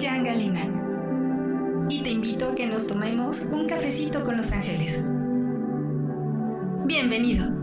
Jan Galina y te invito a que nos tomemos un cafecito con los ángeles. Bienvenido.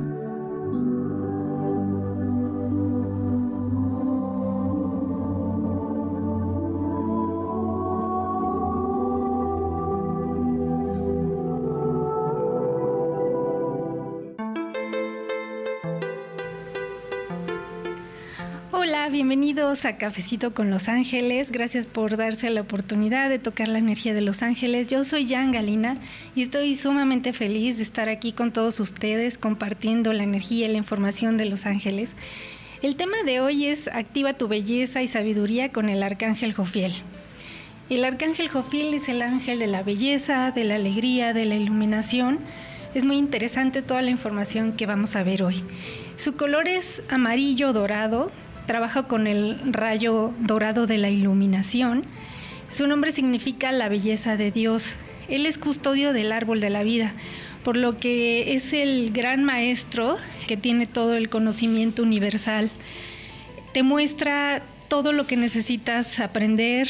Hola, bienvenidos a Cafecito con los Ángeles. Gracias por darse la oportunidad de tocar la energía de los ángeles. Yo soy Jan Galina y estoy sumamente feliz de estar aquí con todos ustedes compartiendo la energía y la información de los ángeles. El tema de hoy es Activa tu belleza y sabiduría con el Arcángel Jofiel. El Arcángel Jofiel es el ángel de la belleza, de la alegría, de la iluminación. Es muy interesante toda la información que vamos a ver hoy. Su color es amarillo dorado. Trabaja con el rayo dorado de la iluminación. Su nombre significa la belleza de Dios. Él es custodio del árbol de la vida, por lo que es el gran maestro que tiene todo el conocimiento universal. Te muestra todo lo que necesitas aprender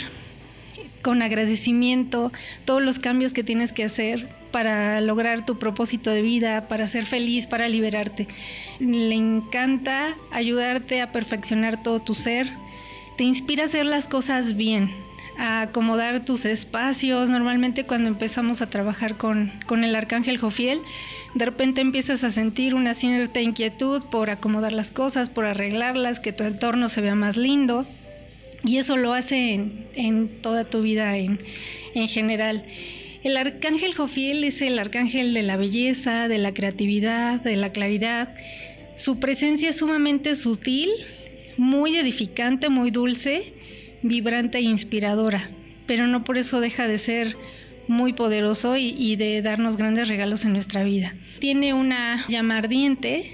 con agradecimiento, todos los cambios que tienes que hacer para lograr tu propósito de vida, para ser feliz, para liberarte. Le encanta ayudarte a perfeccionar todo tu ser. Te inspira a hacer las cosas bien, a acomodar tus espacios. Normalmente cuando empezamos a trabajar con el Arcángel Jofiel, de repente empiezas a sentir una cierta inquietud por acomodar las cosas, por arreglarlas, que tu entorno se vea más lindo. Y eso lo hace en toda tu vida en general. El Arcángel Jofiel es el arcángel de la belleza, de la creatividad, de la claridad. Su presencia es sumamente sutil, muy edificante, muy dulce, vibrante e inspiradora, pero no por eso deja de ser muy poderoso y de darnos grandes regalos en nuestra vida. Tiene una llama ardiente,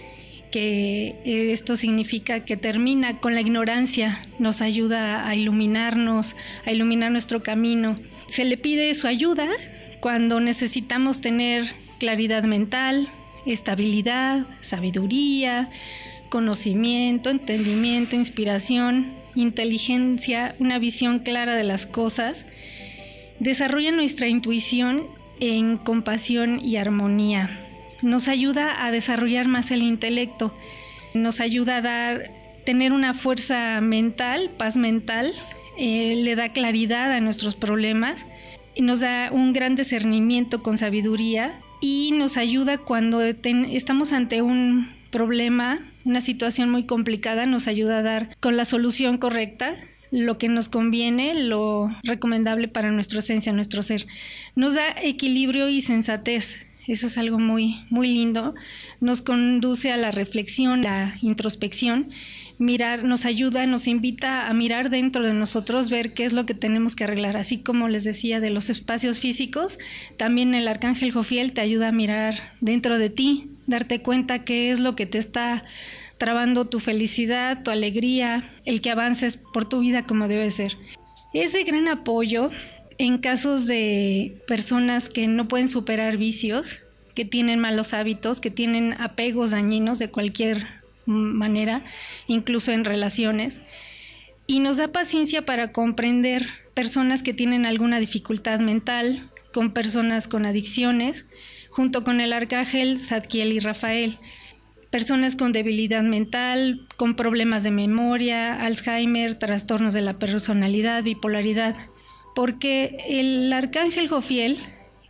que esto significa que termina con la ignorancia, nos ayuda a iluminarnos, a iluminar nuestro camino. Se le pide su ayuda cuando necesitamos tener claridad mental, estabilidad, sabiduría, conocimiento, entendimiento, inspiración, inteligencia, una visión clara de las cosas. Desarrolla nuestra intuición en compasión y armonía. Nos ayuda a desarrollar más el intelecto, nos ayuda a tener una fuerza mental, paz mental, le da claridad a nuestros problemas, y nos da un gran discernimiento con sabiduría y nos ayuda cuando estamos ante un problema, una situación muy complicada, nos ayuda a dar con la solución correcta, lo que nos conviene, lo recomendable para nuestra esencia, nuestro ser. Nos da equilibrio y sensatez. Eso es algo muy, muy lindo. Nos conduce a la reflexión, la introspección. Mirar nos ayuda, nos invita a mirar dentro de nosotros, ver qué es lo que tenemos que arreglar. Así como les decía de los espacios físicos, también el Arcángel Jofiel te ayuda a mirar dentro de ti, darte cuenta qué es lo que te está trabando tu felicidad, tu alegría, el que avances por tu vida como debe ser. Es de gran apoyo en casos de personas que no pueden superar vicios, que tienen malos hábitos, que tienen apegos dañinos de cualquier manera, incluso en relaciones, y nos da paciencia para comprender personas que tienen alguna dificultad mental, con personas con adicciones, junto con el Arcángel Zadkiel y Rafael, personas con debilidad mental, con problemas de memoria, Alzheimer, trastornos de la personalidad, bipolaridad. Porque el Arcángel Jofiel,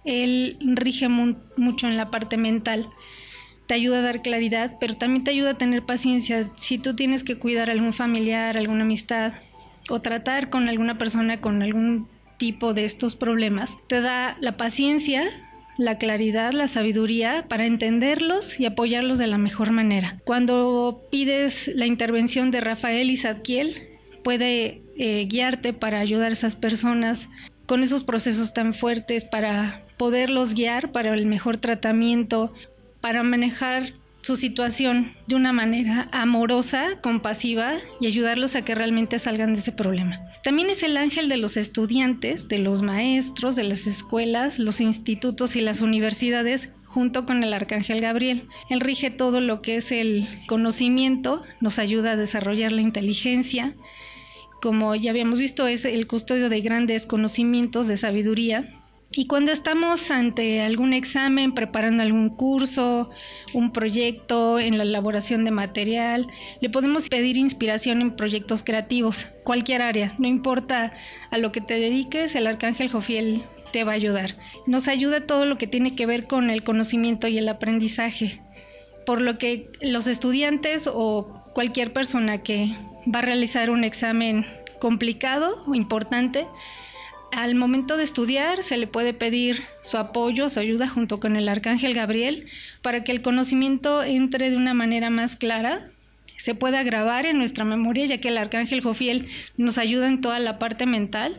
él rige mucho en la parte mental, te ayuda a dar claridad, pero también te ayuda a tener paciencia. Si tú tienes que cuidar a algún familiar, alguna amistad, o tratar con alguna persona con algún tipo de estos problemas, te da la paciencia, la claridad, la sabiduría para entenderlos y apoyarlos de la mejor manera. Cuando pides la intervención de Rafael y Zadkiel, puede guiarte para ayudar a esas personas con esos procesos tan fuertes, para poderlos guiar para el mejor tratamiento, para manejar su situación de una manera amorosa, compasiva y ayudarlos a que realmente salgan de ese problema. También es el ángel de los estudiantes, de los maestros, de las escuelas, los institutos y las universidades, junto con el Arcángel Gabriel. Él rige todo lo que es el conocimiento, nos ayuda a desarrollar la inteligencia, como ya habíamos visto, es el custodio de grandes conocimientos, de sabiduría. Y cuando estamos ante algún examen, preparando algún curso, un proyecto, en la elaboración de material, le podemos pedir inspiración en proyectos creativos, cualquier área, no importa a lo que te dediques, el arcángel Jofiel te va a ayudar. Nos ayuda todo lo que tiene que ver con el conocimiento y el aprendizaje, por lo que los estudiantes o cualquier persona que va a realizar un examen complicado o importante, al momento de estudiar se le puede pedir su apoyo, su ayuda junto con el arcángel Gabriel para que el conocimiento entre de una manera más clara, se pueda grabar en nuestra memoria, ya que el arcángel Jofiel nos ayuda en toda la parte mental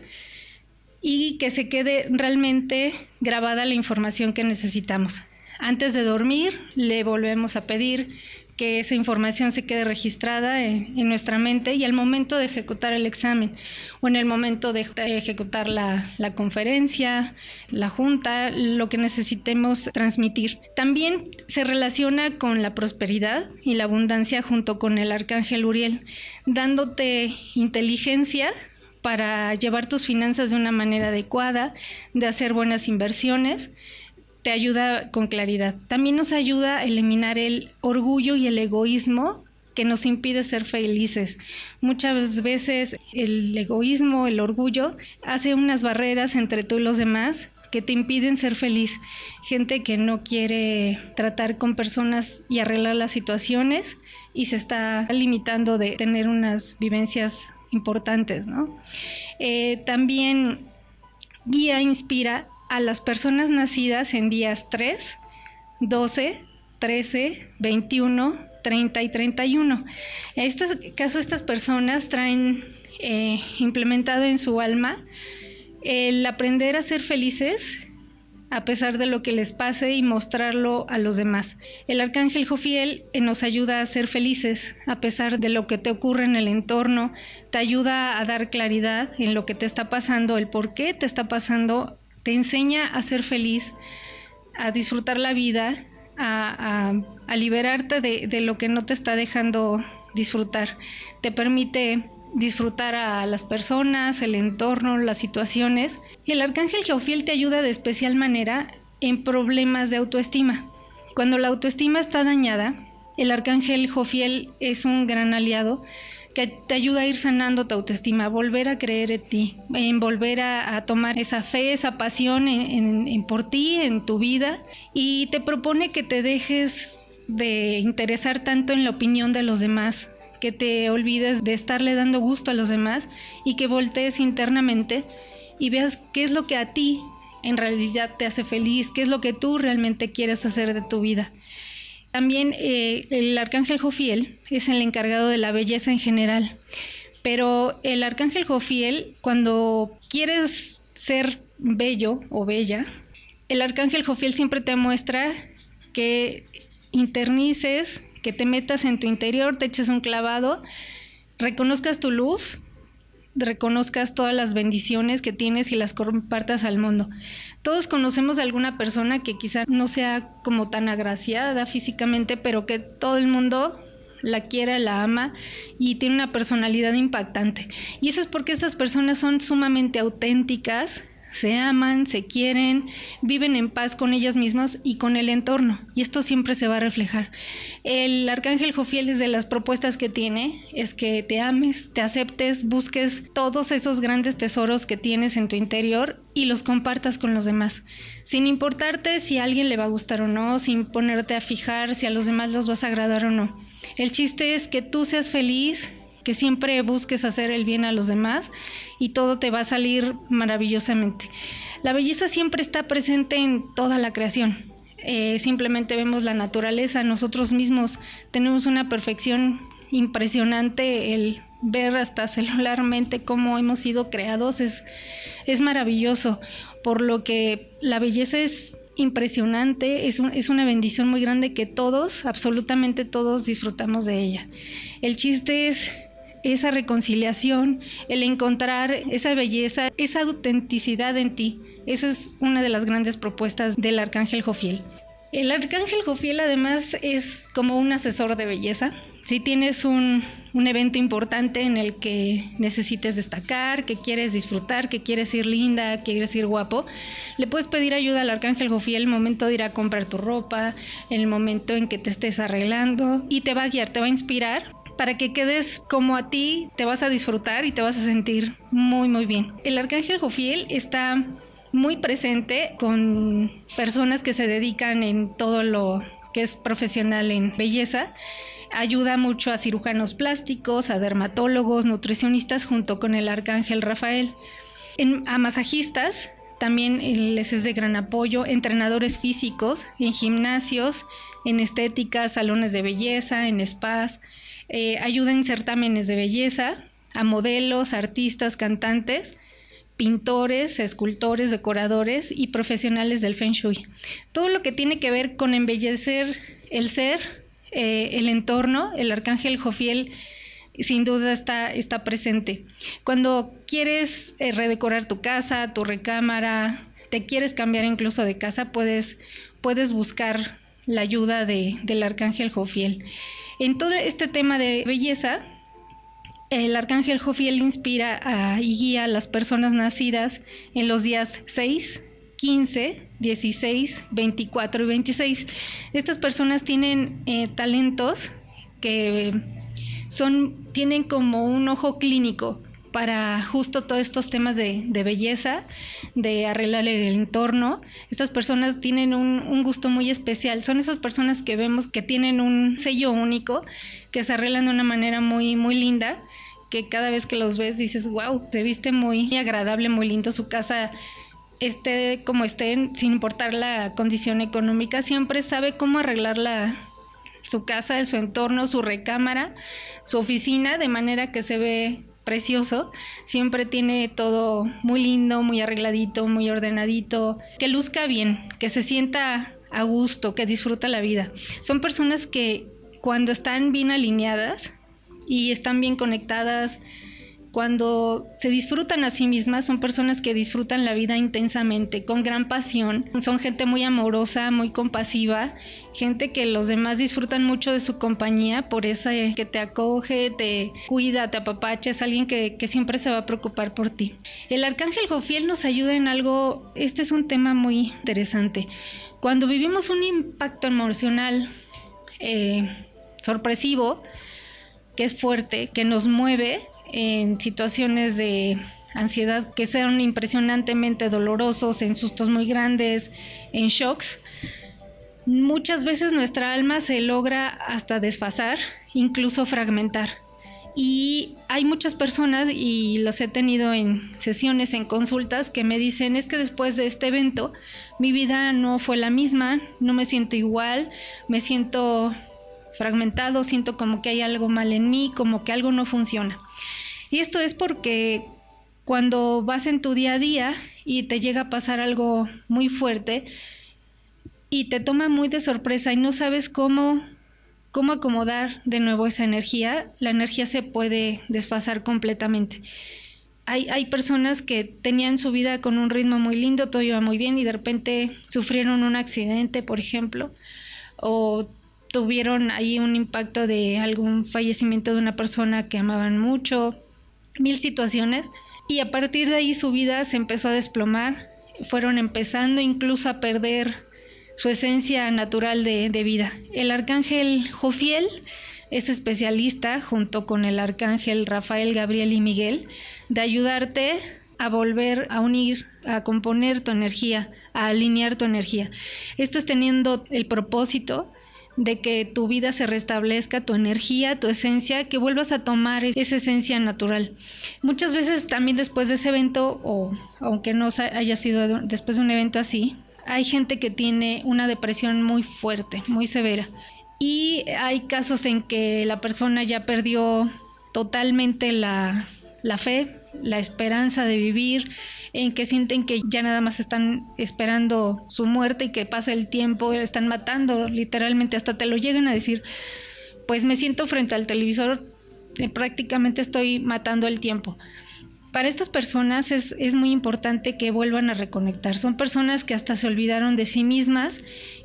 y que se quede realmente grabada la información que necesitamos. Antes de dormir le volvemos a pedir que esa información se quede registrada en nuestra mente, y al momento de ejecutar el examen o en el momento de ejecutar la conferencia, la junta, lo que necesitemos transmitir. También se relaciona con la prosperidad y la abundancia junto con el arcángel Uriel, dándote inteligencia para llevar tus finanzas de una manera adecuada, de hacer buenas inversiones. Te ayuda con claridad. También nos ayuda a eliminar el orgullo y el egoísmo que nos impide ser felices. Muchas veces el egoísmo, el orgullo, hace unas barreras entre tú y los demás que te impiden ser feliz. Gente que no quiere tratar con personas y arreglar las situaciones y se está limitando de tener unas vivencias importantes, ¿no? También guía, inspira a las personas nacidas en días 3, 12, 13, 21, 30 y 31. En este caso, estas personas traen implementado en su alma el aprender a ser felices a pesar de lo que les pase y mostrarlo a los demás. El arcángel Jofiel nos ayuda a ser felices a pesar de lo que te ocurre en el entorno, te ayuda a dar claridad en lo que te está pasando, el por qué te está pasando. Te enseña a ser feliz, a disfrutar la vida, a liberarte de lo que no te está dejando disfrutar. Te permite disfrutar a las personas, el entorno, las situaciones. Y el arcángel Jofiel te ayuda de especial manera en problemas de autoestima. Cuando la autoestima está dañada, el arcángel Jofiel es un gran aliado que te ayuda a ir sanando tu autoestima, a volver a creer en ti, en volver a tomar esa fe, esa pasión en por ti, en tu vida, y te propone que te dejes de interesar tanto en la opinión de los demás, que te olvides de estarle dando gusto a los demás y que voltees internamente y veas qué es lo que a ti en realidad te hace feliz, qué es lo que tú realmente quieres hacer de tu vida. También el arcángel Jofiel es el encargado de la belleza en general, pero el arcángel Jofiel, cuando quieres ser bello o bella, el arcángel Jofiel siempre te muestra que internices, que te metas en tu interior, te eches un clavado, reconozcas tu luz, reconozcas todas las bendiciones que tienes y las compartas al mundo. Todos conocemos a alguna persona que quizá no sea como tan agraciada físicamente, pero que todo el mundo la quiere, la ama y tiene una personalidad impactante. Y eso es porque estas personas son sumamente auténticas, se aman, se quieren, viven en paz con ellas mismas y con el entorno, y esto siempre se va a reflejar. El arcángel Jofiel, es de las propuestas que tiene, es que te ames, te aceptes, busques todos esos grandes tesoros que tienes en tu interior y los compartas con los demás, sin importarte si a alguien le va a gustar o no, sin ponerte a fijar si a los demás les vas a agradar o no. El chiste es que tú seas feliz, que siempre busques hacer el bien a los demás y todo te va a salir maravillosamente. La belleza siempre está presente en toda la creación. Simplemente vemos la naturaleza, nosotros mismos tenemos una perfección impresionante, el ver hasta celularmente cómo hemos sido creados es maravilloso, por lo que la belleza es impresionante, es una bendición muy grande que todos, absolutamente todos, disfrutamos de ella. El chiste es esa reconciliación, el encontrar esa belleza, esa autenticidad en ti. Eso es una de las grandes propuestas del arcángel Jofiel. El arcángel Jofiel además es como un asesor de belleza. Si tienes un evento importante en el que necesites destacar, que quieres disfrutar, que quieres ir linda, que quieres ir guapo, le puedes pedir ayuda al arcángel Jofiel en el momento de ir a comprar tu ropa, en el momento en que te estés arreglando, y te va a guiar, te va a inspirar para que quedes como a ti, te vas a disfrutar y te vas a sentir muy, muy bien. El arcángel Jofiel está muy presente con personas que se dedican en todo lo que es profesional en belleza. Ayuda mucho a cirujanos plásticos, a dermatólogos, nutricionistas, junto con el arcángel Rafael. A masajistas también les es de gran apoyo, entrenadores físicos, en gimnasios, en estéticas, salones de belleza, en spas. Ayuda en certámenes de belleza, a modelos, artistas, cantantes, pintores, escultores, decoradores y profesionales del Feng Shui. Todo lo que tiene que ver con embellecer el ser, el entorno, el arcángel Jofiel sin duda está presente. Cuando quieres redecorar tu casa, tu recámara, te quieres cambiar incluso de casa, puedes buscar la ayuda del arcángel Jofiel. En todo este tema de belleza, el arcángel Jofiel inspira y guía a las personas nacidas en los días 6, 15, 16, 24 y 26. Estas personas tienen talentos que tienen como un ojo clínico para justo todos estos temas de belleza, de arreglar el entorno. Estas personas tienen un gusto muy especial. Son esas personas que vemos que tienen un sello único, que se arreglan de una manera muy, muy linda, que cada vez que los ves dices, wow, se viste muy agradable, muy lindo su casa. Esté como esté, sin importar la condición económica, siempre sabe cómo arreglar su casa, su entorno, su recámara, su oficina, de manera que se ve precioso. Siempre tiene todo muy lindo, muy arregladito, muy ordenadito, que luzca bien, que se sienta a gusto, que disfruta la vida. Son personas que cuando están bien alineadas y están bien conectadas, cuando se disfrutan a sí mismas, son personas que disfrutan la vida intensamente, con gran pasión. Son gente muy amorosa, muy compasiva, gente que los demás disfrutan mucho de su compañía, por eso que te acoge, te cuida, te apapacha, es alguien que siempre se va a preocupar por ti. El arcángel Jofiel nos ayuda en algo, este es un tema muy interesante. Cuando vivimos un impacto emocional sorpresivo, que es fuerte, que nos mueve, en situaciones de ansiedad que sean impresionantemente dolorosos, en sustos muy grandes, en shocks, muchas veces nuestra alma se logra hasta desfasar, incluso fragmentar. Y hay muchas personas, y los he tenido en sesiones, en consultas, que me dicen, es que después de este evento mi vida no fue la misma, no me siento igual, me siento fragmentado, siento como que hay algo mal en mí, como que algo no funciona. Y esto es porque cuando vas en tu día a día y te llega a pasar algo muy fuerte y te toma muy de sorpresa y no sabes cómo acomodar de nuevo esa energía, la energía se puede desfasar completamente. Hay personas que tenían su vida con un ritmo muy lindo, todo iba muy bien y de repente sufrieron un accidente, por ejemplo, o tuvieron ahí un impacto de algún fallecimiento de una persona que amaban mucho, 1000 situaciones, y a partir de ahí su vida se empezó a desplomar, fueron empezando incluso a perder su esencia natural de vida. El arcángel Jofiel es especialista, junto con el arcángel Rafael, Gabriel y Miguel, de ayudarte a volver a unir, a componer tu energía, a alinear tu energía. Esto es teniendo el propósito de que tu vida se restablezca, tu energía, tu esencia, que vuelvas a tomar esa esencia natural. Muchas veces también después de ese evento, o aunque no haya sido después de un evento así, hay gente que tiene una depresión muy fuerte, muy severa. Y hay casos en que la persona ya perdió totalmente la fe, la esperanza de vivir, en que sienten que ya nada más están esperando su muerte y que pasa el tiempo, están matando, literalmente hasta te lo llegan a decir, pues me siento frente al televisor, prácticamente estoy matando el tiempo. Para estas personas es muy importante que vuelvan a reconectar. Son personas que hasta se olvidaron de sí mismas,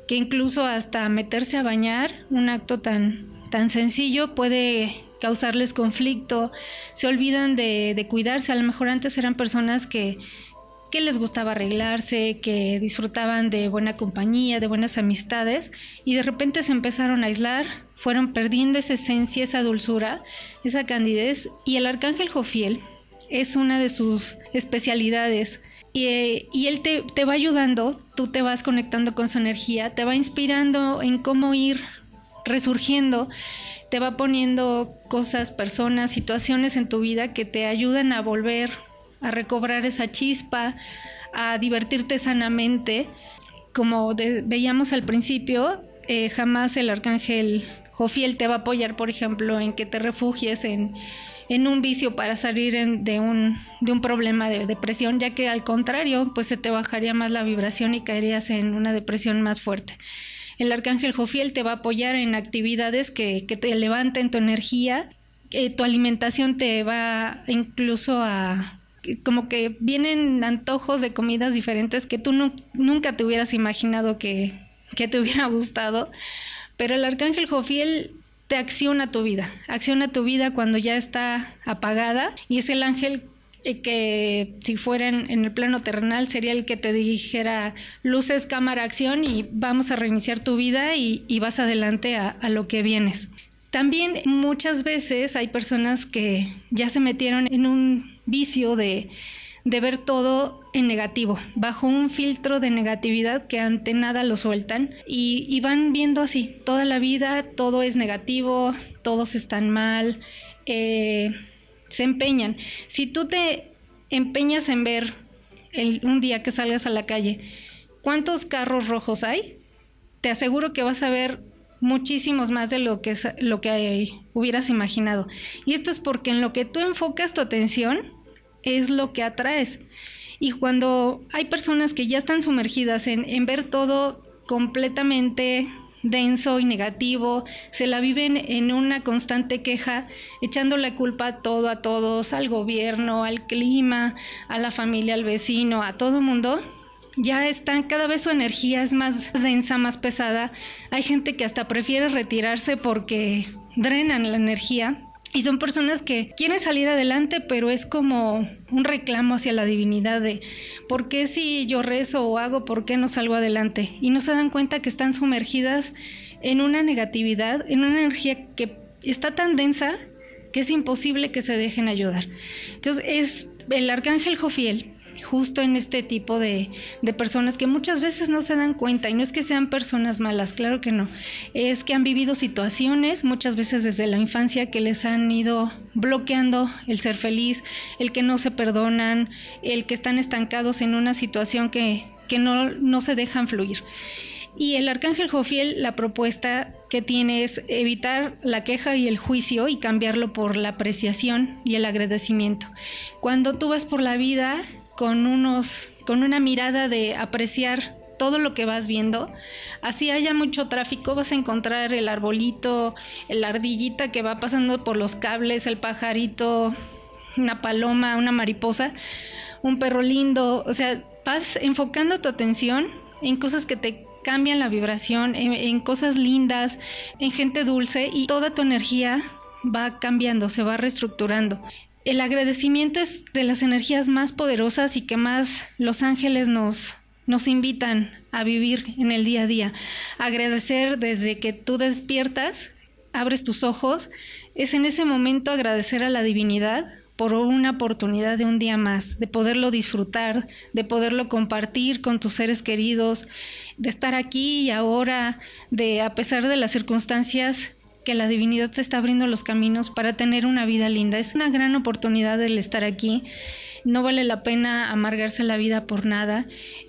que incluso hasta meterse a bañar, un acto tan sencillo, puede causarles conflicto. Se olvidan de cuidarse. A lo mejor antes eran personas que les gustaba arreglarse, que disfrutaban de buena compañía, de buenas amistades, y de repente se empezaron a aislar, fueron perdiendo esa esencia, esa dulzura, esa candidez. Y el arcángel Jofiel es una de sus especialidades, y él te va ayudando, tú te vas conectando con su energía, te va inspirando en cómo ir resurgiendo, te va poniendo cosas, personas, situaciones en tu vida que te ayudan a volver a recobrar esa chispa, a divertirte sanamente. Como veíamos al principio, jamás el arcángel Jofiel te va a apoyar, por ejemplo, en que te refugies en un vicio para salir de un problema de depresión, ya que al contrario, pues se te bajaría más la vibración y caerías en una depresión más fuerte. El arcángel Jofiel te va a apoyar en actividades que te levanten tu energía, tu alimentación te va incluso a... como que vienen antojos de comidas diferentes que tú nunca te hubieras imaginado que te hubiera gustado, pero el arcángel Jofiel te acciona tu vida cuando ya está apagada, y es el ángel que si fuera en el plano terrenal sería el que te dijera luces, cámara, acción, y vamos a reiniciar tu vida y vas adelante a lo que vienes. También muchas veces hay personas que ya se metieron en un vicio de ver todo en negativo, bajo un filtro de negatividad que ante nada lo sueltan, y van viendo así toda la vida, todo es negativo, todos están mal, se empeñan. Si tú te empeñas en ver un día que salgas a la calle cuántos carros rojos hay, te aseguro que vas a ver muchísimos más de lo que hubieras imaginado. Y esto es porque en lo que tú enfocas tu atención es lo que atraes. Y cuando hay personas que ya están sumergidas en ver todo completamente denso y negativo, se la viven en una constante queja, echando la culpa a todos, al gobierno, al clima, a la familia, al vecino, a todo mundo, ya están, cada vez su energía es más densa, más pesada. Hay gente que hasta prefiere retirarse porque drenan la energía. Y son personas que quieren salir adelante, pero es como un reclamo hacia la divinidad de ¿por qué si yo rezo o hago, por qué no salgo adelante? Y no se dan cuenta que están sumergidas en una negatividad, en una energía que está tan densa que es imposible que se dejen ayudar. Entonces es el arcángel Jofiel, justo en este tipo de personas que muchas veces no se dan cuenta, y no es que sean personas malas, claro que no, es que han vivido situaciones muchas veces desde la infancia que les han ido bloqueando el ser feliz, el que no se perdonan, el que están estancados en una situación que no se dejan fluir. Y el arcángel Jofiel, la propuesta que tiene es evitar la queja y el juicio y cambiarlo por la apreciación y el agradecimiento. Cuando tú vas por la vida con una mirada de apreciar todo lo que vas viendo, así haya mucho tráfico, vas a encontrar el arbolito, la ardillita que va pasando por los cables, el pajarito, una paloma, una mariposa, un perro lindo. O sea, vas enfocando tu atención en cosas que te cambian la vibración, en cosas lindas, en gente dulce, y toda tu energía va cambiando, se va reestructurando. El agradecimiento es de las energías más poderosas y que más los ángeles nos invitan a vivir en el día a día. Agradecer desde que tú despiertas, abres tus ojos, es en ese momento agradecer a la divinidad por una oportunidad de un día más, de poderlo disfrutar, de poderlo compartir con tus seres queridos, de estar aquí y ahora, de a pesar de las circunstancias, que la divinidad te está abriendo los caminos para tener una vida linda. Es una gran oportunidad el estar aquí. No vale la pena amargarse la vida por nada.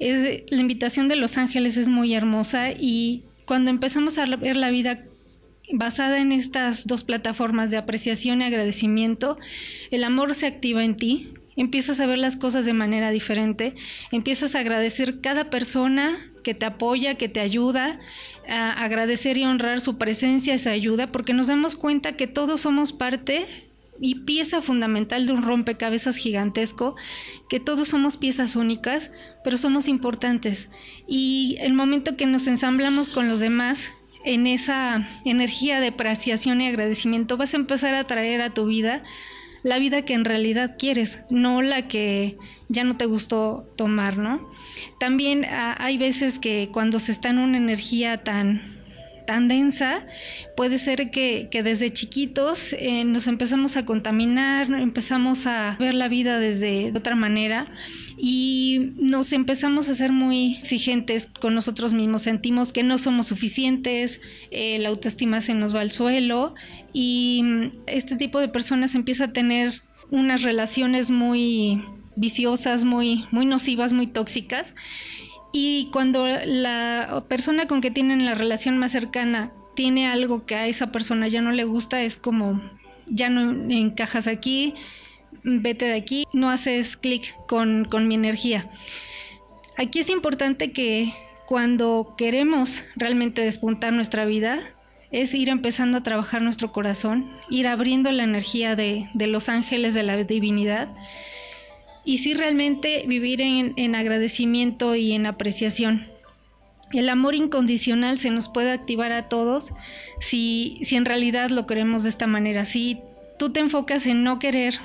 La invitación de los ángeles es muy hermosa, y cuando empezamos a ver la vida basada en estas dos plataformas de apreciación y agradecimiento, el amor se activa en ti. Empiezas a ver las cosas de manera diferente, empiezas a agradecer cada persona que te apoya, que te ayuda, a agradecer y honrar su presencia, esa ayuda, porque nos damos cuenta que todos somos parte y pieza fundamental de un rompecabezas gigantesco, que todos somos piezas únicas, pero somos importantes. Y el momento que nos ensamblamos con los demás, en esa energía de apreciación y agradecimiento, vas a empezar a traer a tu vida la vida que en realidad quieres, no la que ya no te gustó tomar, ¿no? También hay veces que cuando se está en una energía tan densa, puede ser que desde chiquitos nos empezamos a contaminar, empezamos a ver la vida desde otra manera y nos empezamos a ser muy exigentes con nosotros mismos. Sentimos que no somos suficientes, la autoestima se nos va al suelo y este tipo de personas empieza a tener unas relaciones muy viciosas, muy nocivas, muy tóxicas. Y cuando la persona con que tienen la relación más cercana tiene algo que a esa persona ya no le gusta, es como, ya no encajas aquí, vete de aquí, no haces clic con mi energía. Aquí es importante que cuando queremos realmente despuntar nuestra vida, es ir empezando a trabajar nuestro corazón, ir abriendo la energía de los ángeles, de la divinidad, y sí realmente vivir en agradecimiento y en apreciación. El amor incondicional se nos puede activar a todos si en realidad lo queremos de esta manera. Si tú te enfocas en no querer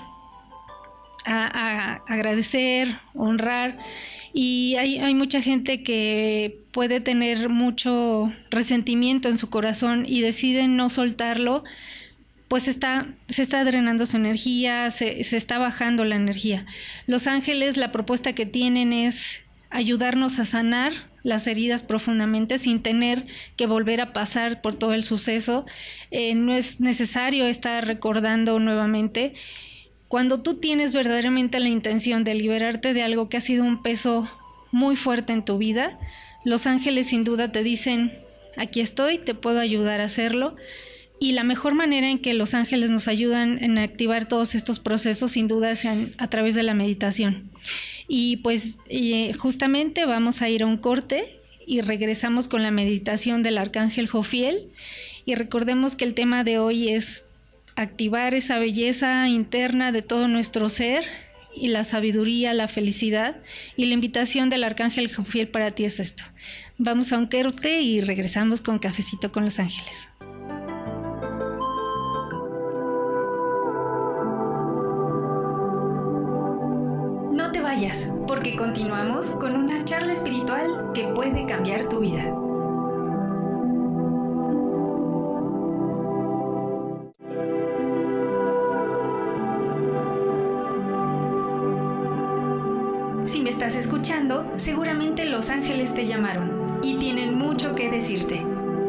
a agradecer, honrar, y hay mucha gente que puede tener mucho resentimiento en su corazón y decide no soltarlo, pues se está drenando su energía, se está bajando la energía. Los ángeles, la propuesta que tienen es ayudarnos a sanar las heridas profundamente sin tener que volver a pasar por todo el suceso. No es necesario estar recordando nuevamente. Cuando tú tienes verdaderamente la intención de liberarte de algo que ha sido un peso muy fuerte en tu vida, los ángeles sin duda te dicen, aquí estoy, te puedo ayudar a hacerlo. Y la mejor manera en que los ángeles nos ayudan en activar todos estos procesos, sin duda, es a través de la meditación. Y pues justamente vamos a ir a un corte y regresamos con la meditación del arcángel Jofiel. Y recordemos que el tema de hoy es activar esa belleza interna de todo nuestro ser y la sabiduría, la felicidad. Y la invitación del arcángel Jofiel para ti es esto. Vamos a un corte y regresamos con Cafecito con los Ángeles. No te vayas, porque continuamos con una charla espiritual que puede cambiar tu vida. Si me estás escuchando, seguramente los ángeles te llamaron y tienen mucho que decirte.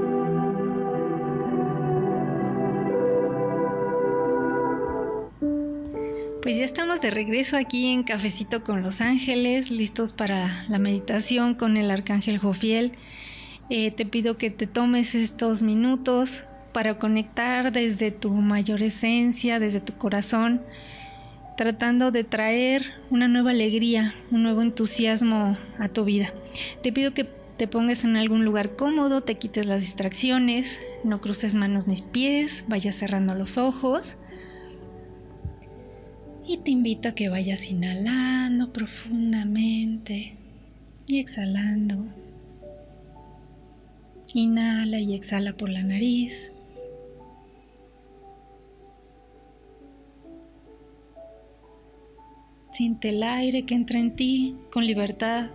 Pues ya estamos de regreso aquí en Cafecito con los Ángeles, listos para la meditación con el arcángel Jofiel. Te pido que te tomes estos minutos para conectar desde tu mayor esencia, desde tu corazón, tratando de traer una nueva alegría, un nuevo entusiasmo a tu vida. Te pido que te pongas en algún lugar cómodo, te quites las distracciones, no cruces manos ni pies, vayas cerrando los ojos. Y te invito a que vayas inhalando profundamente y exhalando. Inhala y exhala por la nariz. Siente el aire que entra en ti con libertad.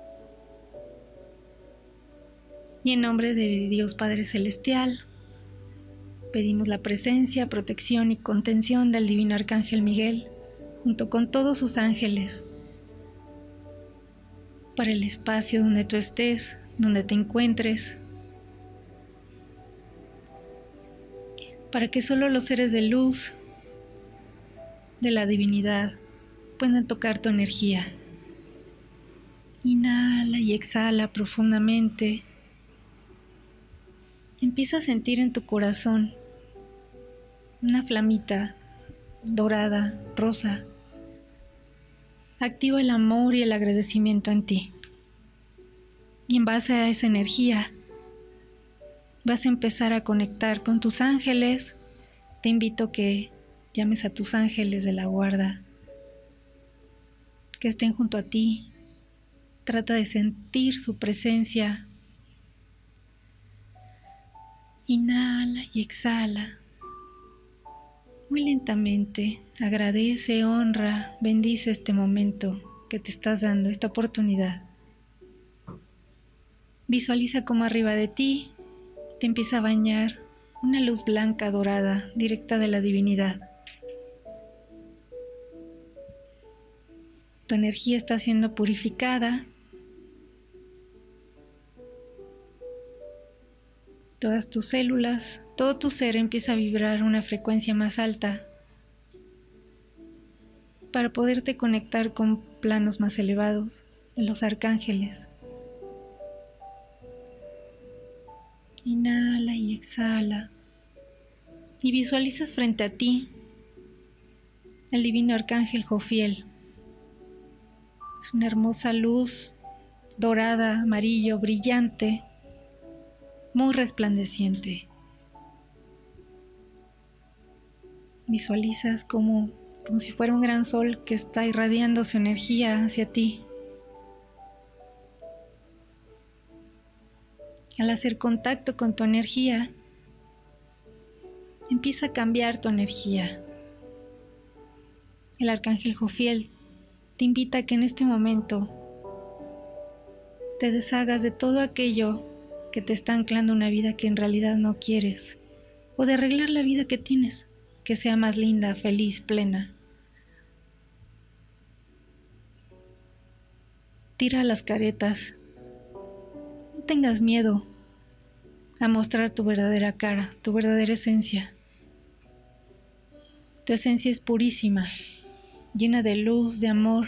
Y en nombre de Dios Padre Celestial, pedimos la presencia, protección y contención del Divino Arcángel Miguel, junto con todos sus ángeles, para el espacio donde tú estés, donde te encuentres, para que solo los seres de luz, de la divinidad, puedan tocar tu energía. Inhala y exhala profundamente. Empieza a sentir en tu corazón una flamita dorada, rosa. Activa el amor y el agradecimiento en ti. Y en base a esa energía, vas a empezar a conectar con tus ángeles. Te invito a que llames a tus ángeles de la guarda, que estén junto a ti. Trata de sentir su presencia. Inhala y exhala. Muy lentamente, agradece, honra, bendice este momento que te estás dando, esta oportunidad. Visualiza cómo arriba de ti te empieza a bañar una luz blanca dorada directa de la divinidad. Tu energía está siendo purificada. Todas tus células, todo tu ser empieza a vibrar a una frecuencia más alta para poderte conectar con planos más elevados de los arcángeles. Inhala y exhala. Y visualizas frente a ti el divino arcángel Jofiel. Es una hermosa luz dorada, amarillo, brillante, muy resplandeciente. Visualizas como si fuera un gran sol que está irradiando su energía hacia ti. Al hacer contacto con tu energía, empieza a cambiar tu energía. El arcángel Jofiel te invita a que en este momento te deshagas de todo aquello que te está anclando a una vida que en realidad no quieres, o de arreglar la vida que tienes, que sea más linda, feliz, plena. Tira las caretas. No tengas miedo a mostrar tu verdadera cara, tu verdadera esencia. Tu esencia es purísima, llena de luz, de amor.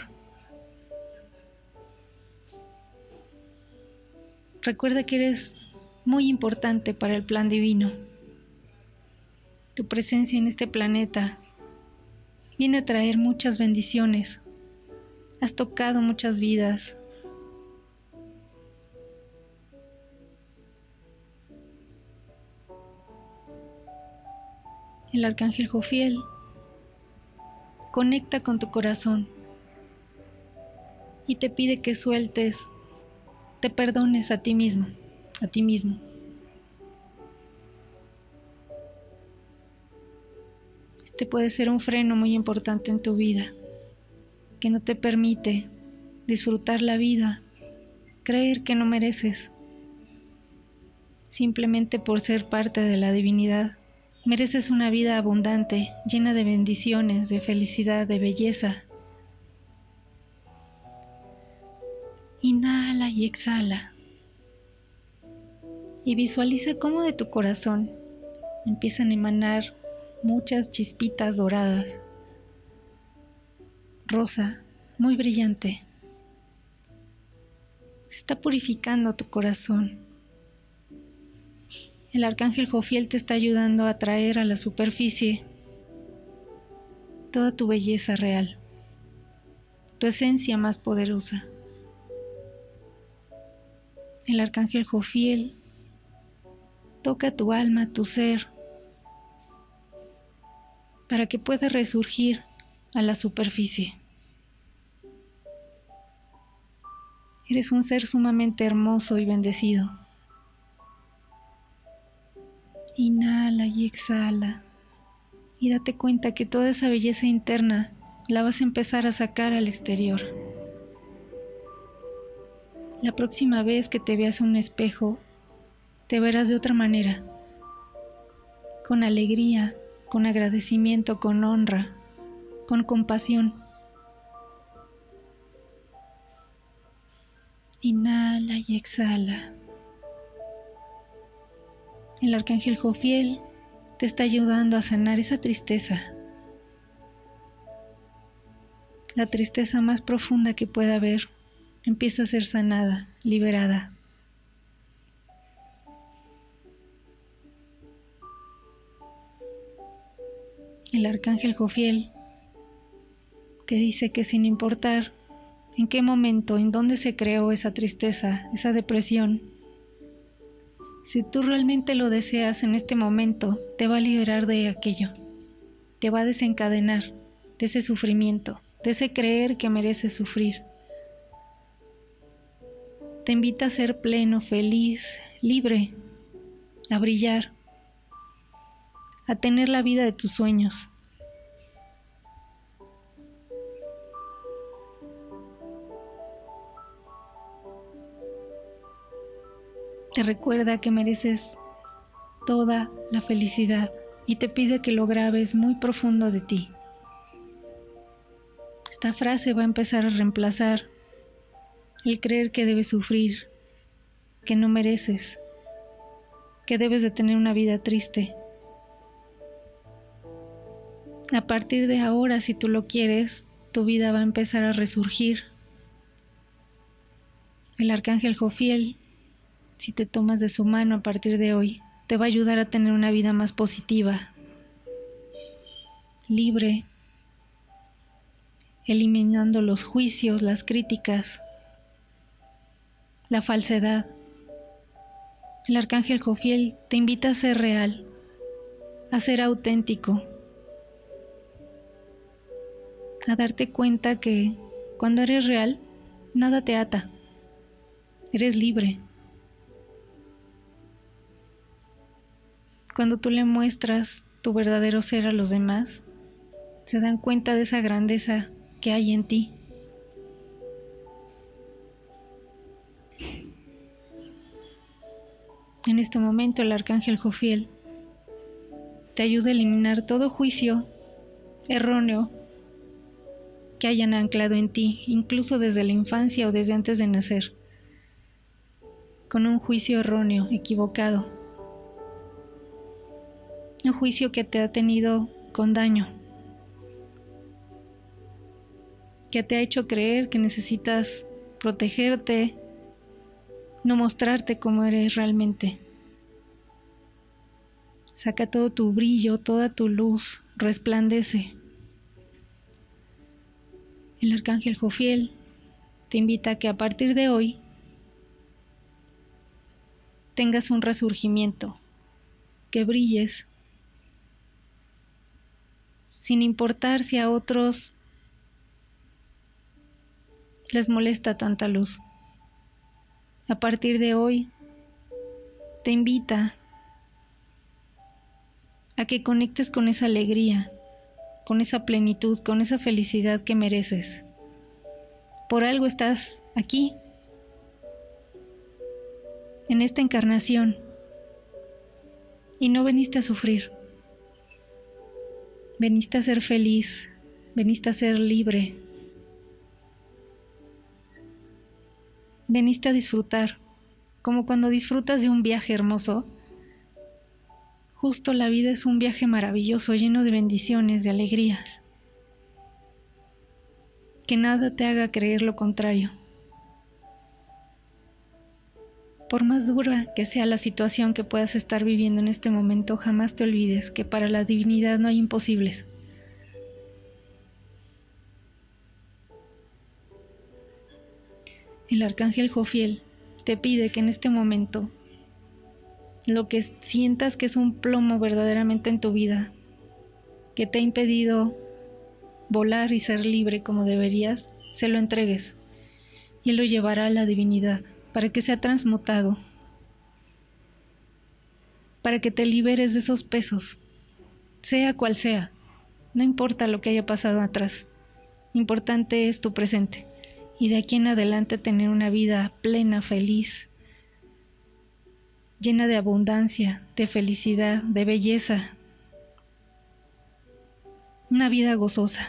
Recuerda que eres muy importante para el plan divino. Tu presencia en este planeta viene a traer muchas bendiciones. Has tocado muchas vidas. El arcángel Jofiel conecta con tu corazón y te pide que sueltes, te perdones a ti mismo, a ti mismo. Este puede ser un freno muy importante en tu vida, que no te permite disfrutar la vida, creer que no mereces. Simplemente por ser parte de la divinidad, mereces una vida abundante, llena de bendiciones, de felicidad, de belleza. Inhala y exhala. Y visualiza cómo de tu corazón empiezan a emanar muchas chispitas doradas, rosa, muy brillante. Se está purificando tu corazón. El arcángel Jofiel te está ayudando a traer a la superficie toda tu belleza real, tu esencia más poderosa. El arcángel Jofiel toca tu alma, tu ser, para que pueda resurgir a la superficie. Eres un ser sumamente hermoso y bendecido. Inhala y exhala. Y date cuenta que toda esa belleza interna la vas a empezar a sacar al exterior. La próxima vez que te veas en un espejo, te verás de otra manera, con alegría, con agradecimiento, con honra, con compasión. Inhala y exhala. El arcángel Jofiel te está ayudando a sanar esa tristeza, la tristeza más profunda que pueda haber. Empieza a ser sanada, liberada. El arcángel Jofiel te dice que sin importar en qué momento, en dónde se creó esa tristeza, esa depresión, si tú realmente lo deseas en este momento, te va a liberar de aquello. te va a desencadenar de ese sufrimiento, de ese creer que mereces sufrir. Te invita a ser pleno, feliz, libre, a brillar, a tener la vida de tus sueños. Te recuerda que mereces toda la felicidad y te pide que lo grabes muy profundo de ti. Esta frase va a empezar a reemplazar el creer que debes sufrir, que no mereces, que debes de tener una vida triste. A partir de ahora, si tú lo quieres, tu vida va a empezar a resurgir. El arcángel Jofiel, si te tomas de su mano a partir de hoy, te va a ayudar a tener una vida más positiva, libre, eliminando los juicios, las críticas, la falsedad. El arcángel Jofiel te invita a ser real, a ser auténtico, a darte cuenta que cuando eres real, nada te ata, eres libre. Cuando tú le muestras tu verdadero ser a los demás, se dan cuenta de esa grandeza que hay en ti. En este momento el arcángel Jofiel te ayuda a eliminar todo juicio erróneo que hayan anclado en ti, incluso desde la infancia o desde antes de nacer, con un juicio erróneo, equivocado, un juicio que te ha tenido con daño, que te ha hecho creer que necesitas protegerte, no mostrarte como eres realmente. Saca todo tu brillo, toda tu luz, resplandece. El arcángel Jofiel te invita a que a partir de hoy tengas un resurgimiento, que brilles, sin importar si a otros les molesta tanta luz. A partir de hoy, te invita a que conectes con esa alegría, con esa plenitud, con esa felicidad que mereces. Por algo estás aquí, en esta encarnación, y no veniste a sufrir. Veniste a ser feliz, veniste a ser libre. Veniste a disfrutar, como cuando disfrutas de un viaje hermoso. Justo la vida es un viaje maravilloso, lleno de bendiciones, de alegrías. Que nada te haga creer lo contrario. Por más dura que sea la situación que puedas estar viviendo en este momento, jamás te olvides que para la divinidad no hay imposibles. El arcángel Jofiel te pide que en este momento lo que sientas que es un plomo verdaderamente en tu vida, que te ha impedido volar y ser libre como deberías, se lo entregues y él lo llevará a la divinidad para que sea transmutado, para que te liberes de esos pesos, sea cual sea, no importa lo que haya pasado atrás, importante es tu presente. Y de aquí en adelante tener una vida plena, feliz, llena de abundancia, de felicidad, de belleza. Una vida gozosa.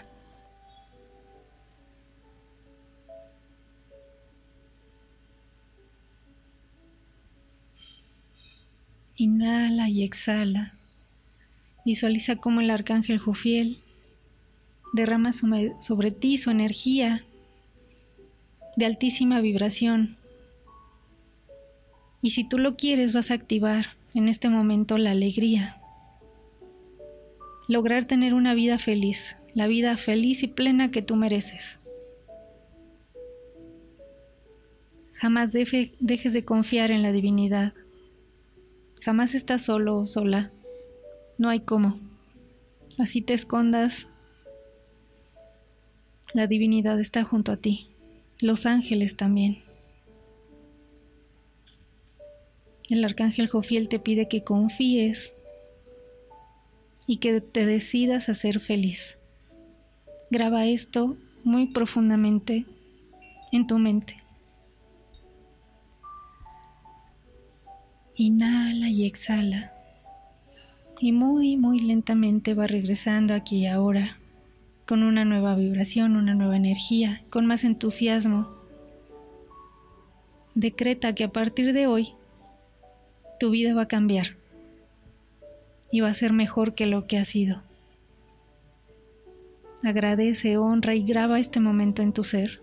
Inhala y exhala. Visualiza cómo el arcángel Jofiel derrama sobre ti su energía de altísima vibración. Y si tú lo quieres, vas a activar en este momento la alegría. Lograr tener una vida feliz, la vida feliz y plena que tú mereces. Jamás dejes de confiar en la divinidad. Jamás estás solo o sola. No hay cómo. Así te escondas, la divinidad está junto a ti, los ángeles también. El arcángel Jofiel te pide que confíes y que te decidas a ser feliz. Graba esto muy profundamente en tu mente. Inhala y exhala. Y muy, muy lentamente va regresando aquí y ahora, con una nueva vibración, una nueva energía, con más entusiasmo. Decreta que a partir de hoy, tu vida va a cambiar y va a ser mejor que lo que ha sido. Agradece, honra y graba este momento en tu ser.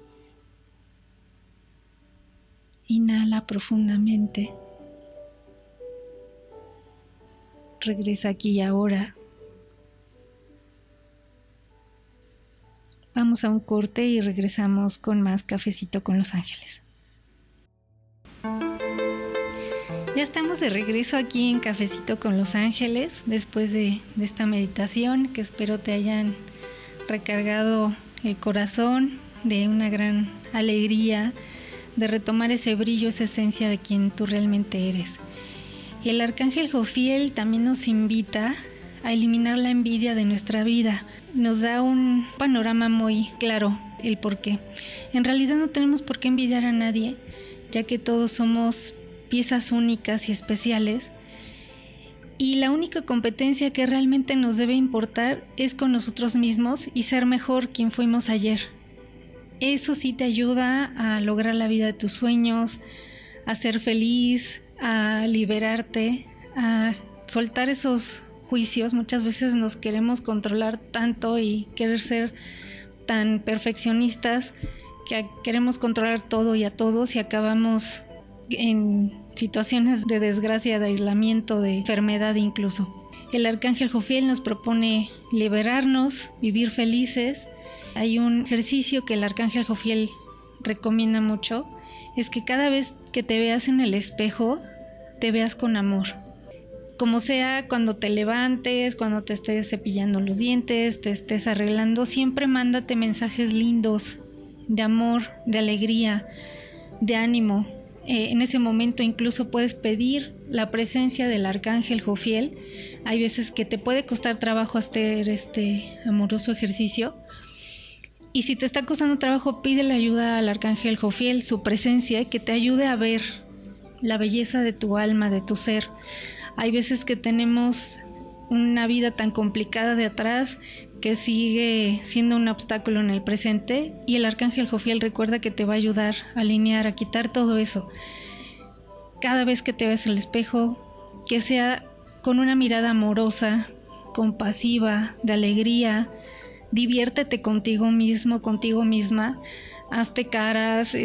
Inhala profundamente. Regresa aquí y ahora. Vamos a un corte y regresamos con más Cafecito con los Ángeles. Ya estamos de regreso aquí en Cafecito con los Ángeles, después de esta meditación que espero te hayan recargado el corazón de una gran alegría, de retomar ese brillo, esa esencia de quien tú realmente eres. El arcángel Jofiel también nos invita a eliminar la envidia de nuestra vida. Nos da un panorama muy claro el por qué. En realidad no tenemos por qué envidiar a nadie, ya que todos somos piezas únicas y especiales. Y la única competencia que realmente nos debe importar es con nosotros mismos y ser mejor quien fuimos ayer. Eso sí te ayuda a lograr la vida de tus sueños, a ser feliz, a liberarte, a soltar esos juicios. Muchas veces nos queremos controlar tanto y querer ser tan perfeccionistas que queremos controlar todo y a todos y acabamos en situaciones de desgracia, de aislamiento, de enfermedad incluso. El arcángel Jofiel nos propone liberarnos, vivir felices. Hay un ejercicio que el arcángel Jofiel recomienda mucho, es que cada vez que te veas en el espejo, te veas con amor. Como sea, cuando te levantes, cuando te estés cepillando los dientes, te estés arreglando, siempre mándate mensajes lindos de amor, de alegría, de ánimo. En ese momento incluso puedes pedir la presencia del arcángel Jofiel. Hay veces que te puede costar trabajo hacer este amoroso ejercicio. Y si te está costando trabajo, pídele ayuda al arcángel Jofiel, su presencia, que te ayude a ver la belleza de tu alma, de tu ser. Hay veces que tenemos una vida tan complicada de atrás que sigue siendo un obstáculo en el presente, y el arcángel Jofiel recuerda que te va a ayudar a alinear, a quitar todo eso. Cada vez que te ves al espejo, que sea con una mirada amorosa, compasiva, de alegría. Diviértete contigo mismo, contigo misma. Hazte caras,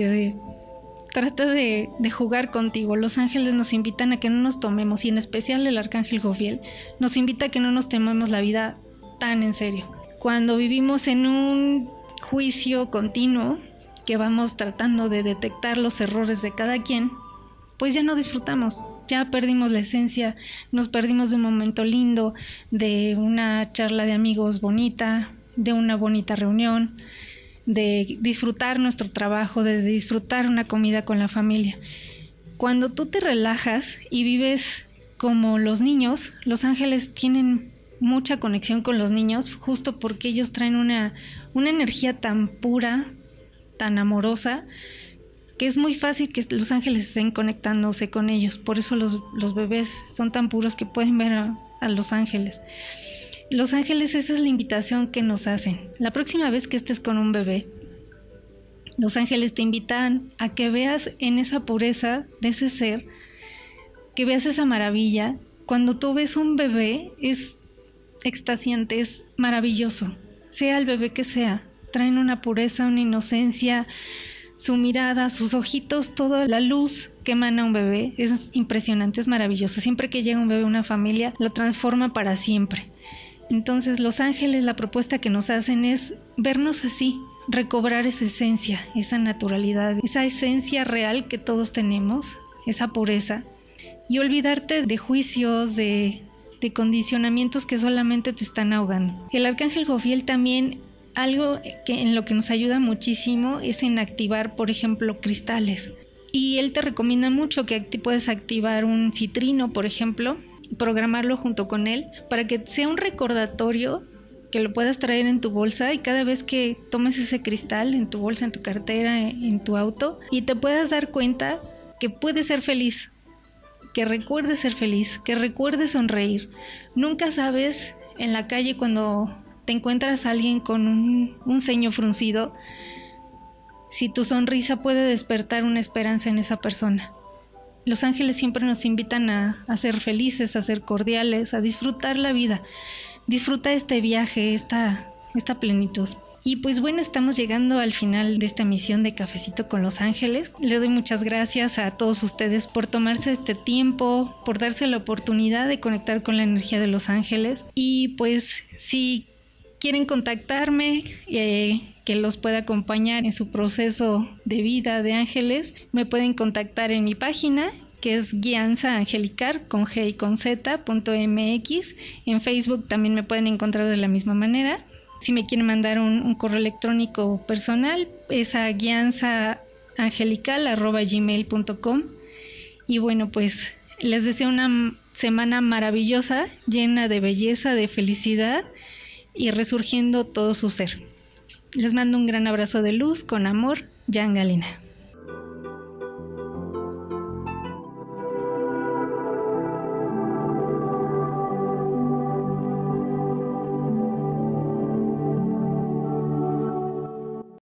trata de jugar contigo. Los ángeles nos invitan a que no nos tomemos, y en especial el arcángel Jofiel nos invita a que no nos tomemos la vida tan en serio. Cuando vivimos en un juicio continuo, que vamos tratando de detectar los errores de cada quien, pues ya no disfrutamos, ya perdimos la esencia, nos perdimos de un momento lindo, de una charla de amigos bonita, de una bonita reunión, de disfrutar nuestro trabajo, de disfrutar una comida con la familia. Cuando tú te relajas y vives como los niños, los ángeles tienen mucha conexión con los niños, justo porque ellos traen una energía tan pura, tan amorosa, que es muy fácil que los ángeles estén conectándose con ellos. Por eso los bebés son tan puros que pueden ver a los ángeles. Los ángeles, esa es la invitación que nos hacen. La próxima vez que estés con un bebé, los ángeles te invitan a que veas en esa pureza de ese ser, que veas esa maravilla. Cuando tú ves un bebé, es extasiante, es maravilloso. Sea el bebé que sea, traen una pureza, una inocencia, su mirada, sus ojitos, toda la luz que emana un bebé es impresionante, es maravilloso. Siempre que llega un bebé a una familia, lo transforma para siempre. Entonces los ángeles, la propuesta que nos hacen es vernos así, recobrar esa esencia, esa naturalidad, esa esencia real que todos tenemos, esa pureza, y olvidarte de juicios, de de condicionamientos que solamente te están ahogando. El arcángel Jofiel también, algo en lo que nos ayuda muchísimo es en activar, por ejemplo, cristales. Y él te recomienda mucho que puedes activar un citrino, por ejemplo, programarlo junto con él para que sea un recordatorio, que lo puedas traer en tu bolsa, y cada vez que tomes ese cristal en tu bolsa, en tu cartera, en tu auto, y te puedas dar cuenta que puedes ser feliz, que recuerdes ser feliz, que recuerdes sonreír. Nunca sabes en la calle cuando te encuentras a alguien con un ceño fruncido, si tu sonrisa puede despertar una esperanza en esa persona. Los ángeles siempre nos invitan a ser felices, a ser cordiales, a disfrutar la vida. Disfruta este viaje, esta plenitud. Y pues bueno, estamos llegando al final de esta emisión de Cafecito con Los Ángeles. Le doy muchas gracias a todos ustedes por tomarse este tiempo, por darse la oportunidad de conectar con la energía de Los Ángeles. Y pues si quieren contactarme, que los pueda acompañar en su proceso de vida de ángeles, me pueden contactar en mi página, que es Guianza Angelical con G y con Z.mx. En Facebook también me pueden encontrar de la misma manera. Si me quieren mandar un correo electrónico personal, es a guianzaangelical@gmail.com. Y bueno, pues les deseo una semana maravillosa, llena de belleza, de felicidad y resurgiendo todo su ser. Les mando un gran abrazo de luz, con amor, Jan Galina.